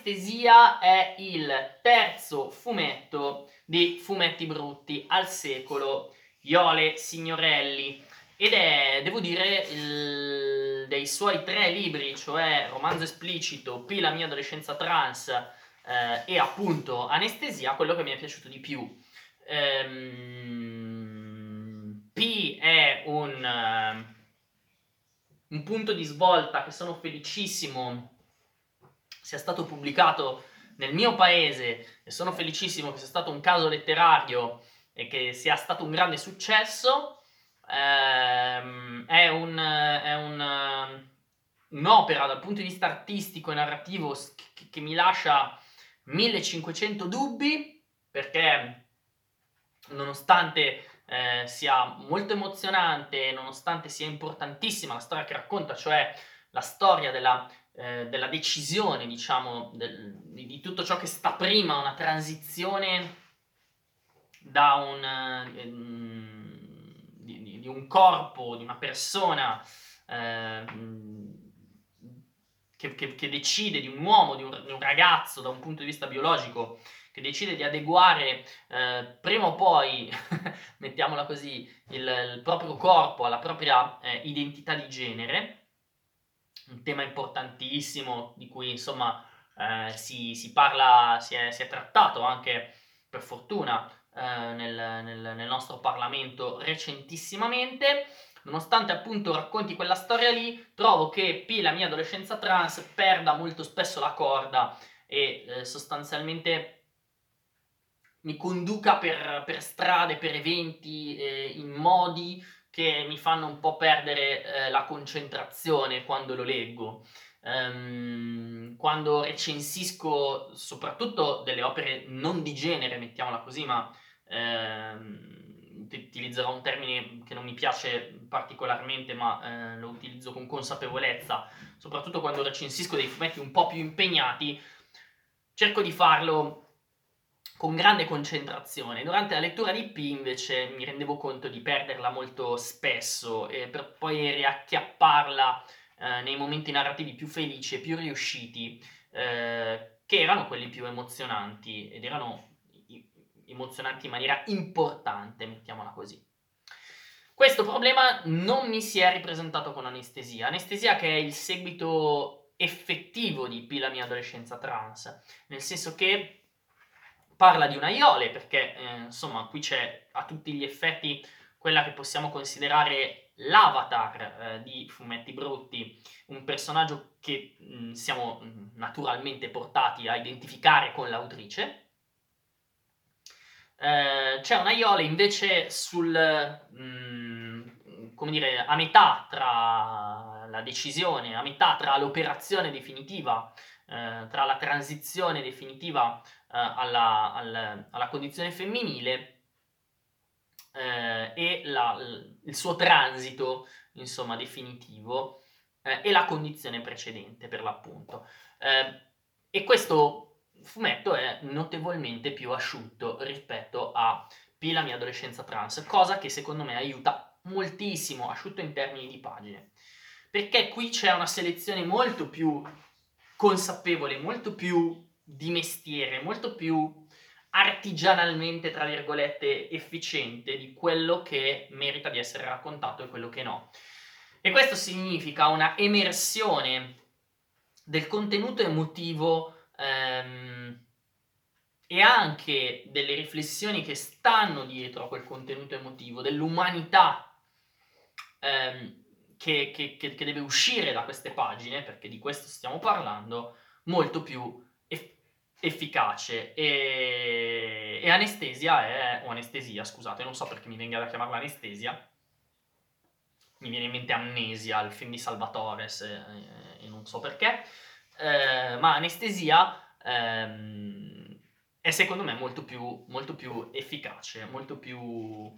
Anestesia è il terzo fumetto di Fumetti Brutti al secolo Iole Signorelli ed è, devo dire, dei suoi 3 libri, cioè Romanzo esplicito, P, la mia adolescenza trans e appunto Anestesia, quello che mi è piaciuto di più. P è un punto di svolta che sono felicissimo sia stato pubblicato nel mio paese e sono felicissimo che sia stato un caso letterario e che sia stato un grande successo. È un'opera dal punto di vista artistico e narrativo che mi lascia 1500 dubbi, perché nonostante sia molto emozionante, nonostante sia importantissima la storia che racconta, cioè la storia della decisione, diciamo, di tutto ciò che sta prima, una transizione da di un corpo, di una persona che decide, di un uomo, di un ragazzo da un punto di vista biologico, che decide di adeguare prima o poi, mettiamola così, il proprio corpo alla propria identità di genere, un tema importantissimo di cui insomma si parla, si è trattato anche per fortuna nel nostro Parlamento recentissimamente. Nonostante appunto racconti quella storia lì, trovo che P, la mia adolescenza trans, perda molto spesso la corda e sostanzialmente mi conduca per strade, per eventi, in modi che mi fanno un po' perdere la concentrazione quando lo leggo. Quando recensisco soprattutto delle opere non di genere, mettiamola così, ma utilizzerò un termine che non mi piace particolarmente, ma lo utilizzo con consapevolezza, soprattutto quando recensisco dei fumetti un po' più impegnati, cerco di farlo con grande concentrazione. Durante la lettura di P invece mi rendevo conto di perderla molto spesso per poi riacchiapparla nei momenti narrativi più felici e più riusciti, che erano quelli più emozionanti ed erano emozionanti in maniera importante, mettiamola così. Questo problema non mi si è ripresentato con Anestesia. Anestesia che è il seguito effettivo di P, la mia adolescenza trans, nel senso che parla di una Iole, perché insomma qui c'è a tutti gli effetti quella che possiamo considerare l'avatar di Fumetti Brutti, un personaggio che siamo naturalmente portati a identificare con l'autrice. C'è una Iole invece come dire, a metà tra la decisione, a metà tra l'operazione definitiva, tra la transizione definitiva alla condizione femminile e il suo transito, insomma, definitivo e la condizione precedente, per l'appunto. E questo fumetto è notevolmente più asciutto rispetto a P, la mia adolescenza trans, cosa che secondo me aiuta moltissimo, asciutto in termini di pagine, perché qui c'è una selezione molto più consapevole, molto più di mestiere, molto più artigianalmente, tra virgolette, efficiente di quello che merita di essere raccontato e quello che no. E questo significa una emersione del contenuto emotivo e anche delle riflessioni che stanno dietro a quel contenuto emotivo, dell'umanità che deve uscire da queste pagine, perché di questo stiamo parlando, molto più efficace. E Anestesia, scusate, non so perché mi venga da chiamarla Anestesia, mi viene in mente Amnesia, il film di Salvatore, e non so perché, ma Anestesia è secondo me molto più efficace, molto più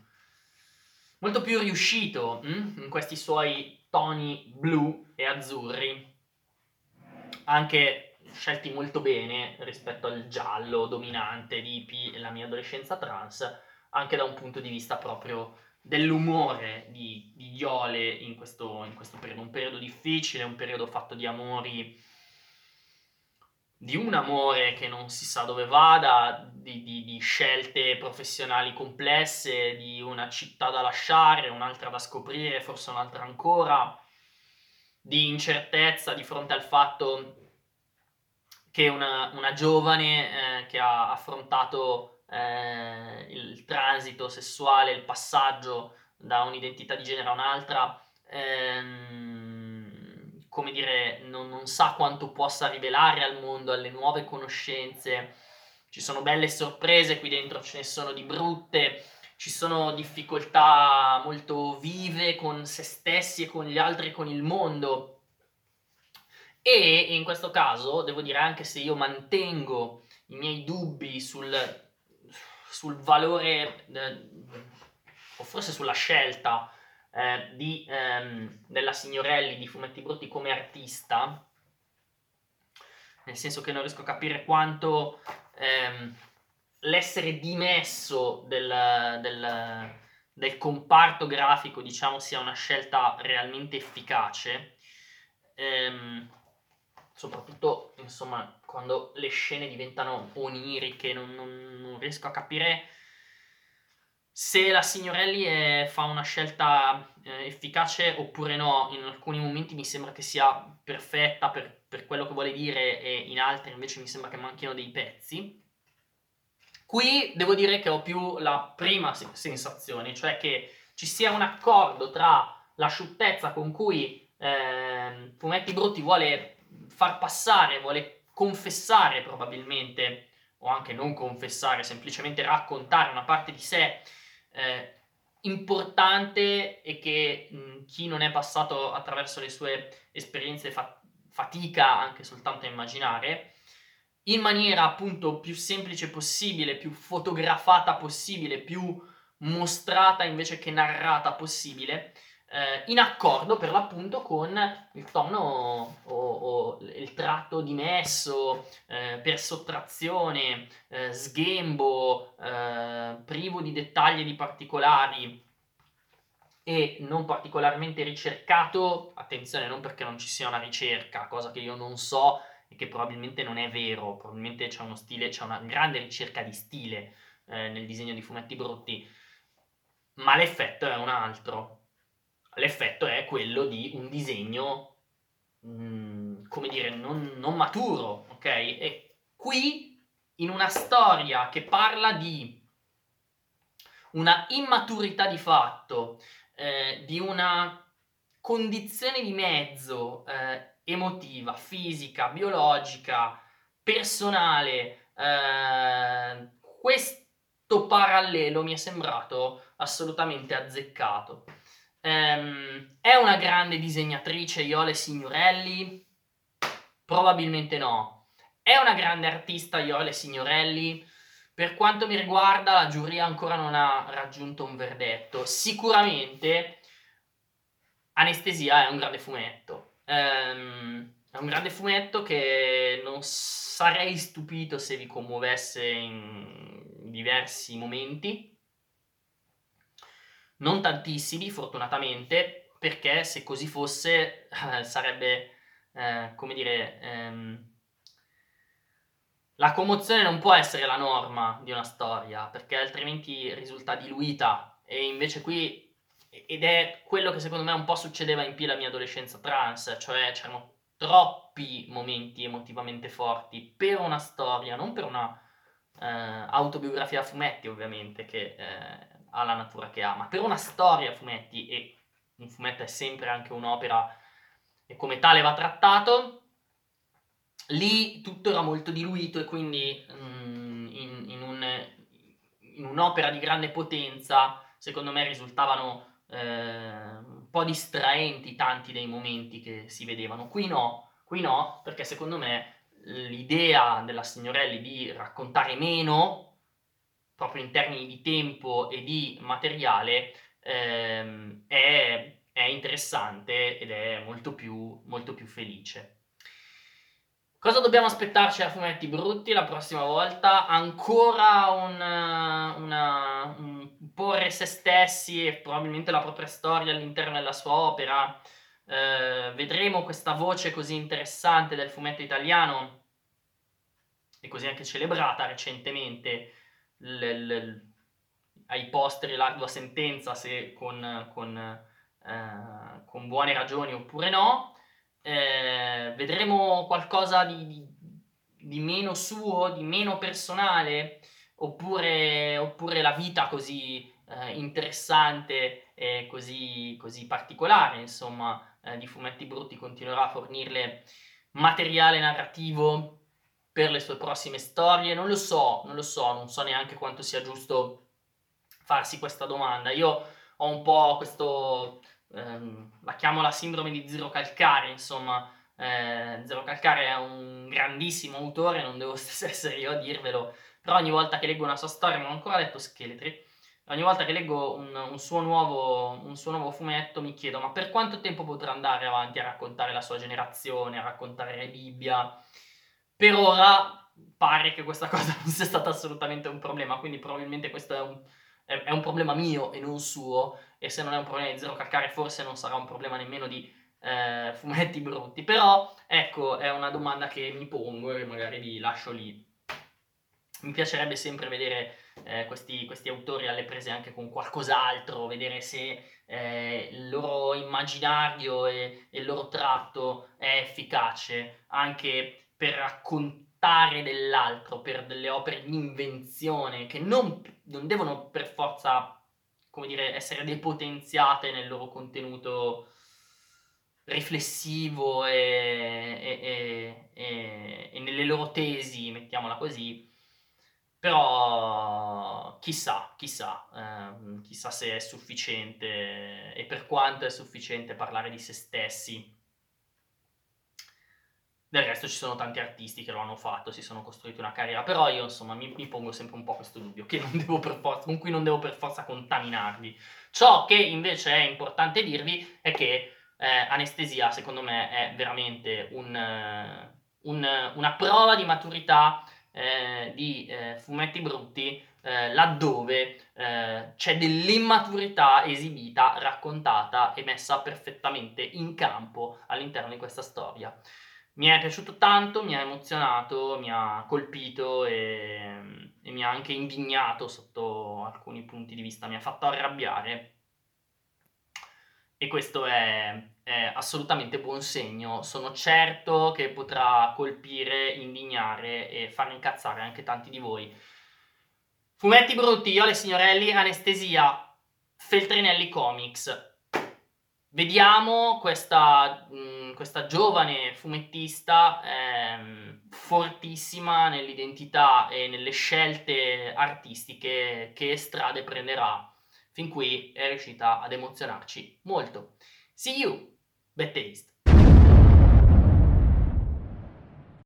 riuscito in questi suoi toni blu e azzurri, anche scelti molto bene rispetto al giallo dominante di P, la mia adolescenza trans, anche da un punto di vista proprio dell'umore di Iole in questo periodo, un periodo difficile, un periodo fatto di amori di un amore che non si sa dove vada, di scelte professionali complesse, di una città da lasciare, un'altra da scoprire, forse un'altra ancora, di incertezza di fronte al fatto che una giovane che ha affrontato il transito sessuale, il passaggio da un'identità di genere a un'altra, come dire, non sa quanto possa rivelare al mondo, alle nuove conoscenze. Ci sono belle sorprese qui dentro, ce ne sono di brutte, ci sono difficoltà molto vive con se stessi e con gli altri e con il mondo. E in questo caso, devo dire, anche se io mantengo i miei dubbi sul valore, o forse sulla scelta della Signorelli di Fumetti Brutti come artista, nel senso che non riesco a capire quanto l'essere dimesso del comparto grafico, diciamo, sia una scelta realmente efficace. Soprattutto, insomma, quando le scene diventano oniriche, non riesco a capire se la Signorelli fa una scelta efficace oppure no. In alcuni momenti mi sembra che sia perfetta per quello che vuole dire, e in altri invece mi sembra che manchino dei pezzi. Qui devo dire che ho più la prima sensazione, cioè che ci sia un accordo tra l'asciuttezza con cui Fumetti Brutti vuole far passare, vuole confessare probabilmente, o anche non confessare, semplicemente raccontare una parte di sé importante, e che chi non è passato attraverso le sue esperienze fatica anche soltanto a immaginare, in maniera appunto più semplice possibile, più fotografata possibile, più mostrata invece che narrata possibile, in accordo per l'appunto con il tono o il tratto dimesso, per sottrazione, sghembo, privo di dettagli e di particolari, e non particolarmente ricercato. Attenzione, non perché non ci sia una ricerca, cosa che io non so e che probabilmente non è vero, probabilmente c'è uno stile, c'è una grande ricerca di stile nel disegno di Fumetti Brutti, ma l'effetto è un altro. L'effetto è quello di un disegno, come dire, non maturo, ok? E qui, in una storia che parla di una immaturità di fatto, di una condizione di mezzo emotiva, fisica, biologica, personale, questo parallelo mi è sembrato assolutamente azzeccato. È una grande disegnatrice Iole Signorelli? Probabilmente no. È una grande artista Iole Signorelli? Per quanto mi riguarda, la giuria ancora non ha raggiunto un verdetto. Sicuramente Anestesia è un grande fumetto. È un grande fumetto che non sarei stupito se vi commuovesse in diversi momenti. Non tantissimi, fortunatamente, perché se così fosse sarebbe, come dire, la commozione non può essere la norma di una storia, perché altrimenti risulta diluita, e invece qui, ed è quello che secondo me un po' succedeva in piena mia adolescenza trans, cioè c'erano troppi momenti emotivamente forti per una storia, non per una autobiografia a fumetti, ovviamente, che ha la natura che ha, ma per una storia a fumetti, e un fumetto è sempre anche un'opera e come tale va trattato. Lì tutto era molto diluito, e quindi in un'opera di grande potenza, secondo me risultavano un po' distraenti tanti dei momenti che si vedevano. Qui no, perché secondo me l'idea della Signorelli di raccontare meno, proprio in termini di tempo e di materiale, è interessante ed è molto più felice. Cosa dobbiamo aspettarci da Fumetti Brutti la prossima volta? Ancora un porre se stessi e probabilmente la propria storia all'interno della sua opera. Vedremo questa voce così interessante del fumetto italiano e così anche celebrata recentemente ai posteri l'ardua sentenza, se con buone ragioni oppure no. Vedremo qualcosa di meno suo, di meno personale, oppure la vita così interessante e così particolare, insomma, di Fumetti Brutti continuerà a fornirle materiale narrativo per le sue prossime storie. Non lo so, non so neanche quanto sia giusto farsi questa domanda. Io ho un po' questo, la chiamo la sindrome di Zero Calcare, insomma. Zero Calcare è un grandissimo autore, non devo essere io a dirvelo, però ogni volta che leggo una sua storia, non ho ancora letto Scheletri, ogni volta che leggo un suo nuovo fumetto mi chiedo: ma per quanto tempo potrà andare avanti a raccontare la sua generazione, a raccontare Re Bibbia? Per ora pare che questa cosa non sia stata assolutamente un problema, quindi probabilmente questo è un problema mio e non suo, e se non è un problema di Zero Calcare forse non sarà un problema nemmeno di Fumetti Brutti. Però ecco, è una domanda che mi pongo e magari vi lascio lì. Mi piacerebbe sempre vedere questi autori alle prese anche con qualcos'altro, vedere se il loro immaginario e il loro tratto è efficace anche per raccontare dell'altro, per delle opere di invenzione che non devono per forza, come dire, essere depotenziate nel loro contenuto riflessivo e nelle loro tesi, mettiamola così. Però chissà se è sufficiente e per quanto è sufficiente parlare di se stessi. Del resto ci sono tanti artisti che lo hanno fatto, si sono costruiti una carriera, però io insomma mi pongo sempre un po' questo dubbio con cui non devo per forza contaminarvi. Ciò che invece è importante dirvi è che Anestesia secondo me è veramente una prova di maturità di Fumetti Brutti, laddove c'è dell'immaturità esibita, raccontata e messa perfettamente in campo all'interno di questa storia. Mi è piaciuto tanto, mi ha emozionato, mi ha colpito e mi ha anche indignato sotto alcuni punti di vista, mi ha fatto arrabbiare, e questo è assolutamente buon segno. Sono certo che potrà colpire, indignare e far incazzare anche tanti di voi. Fumetti Brutti, Io le Signorelli, Anestesia, Feltrinelli Comics. Vediamo questa giovane fumettista fortissima nell'identità e nelle scelte artistiche, che strade prenderà. Fin qui è riuscita ad emozionarci molto. See you, Bad Taste.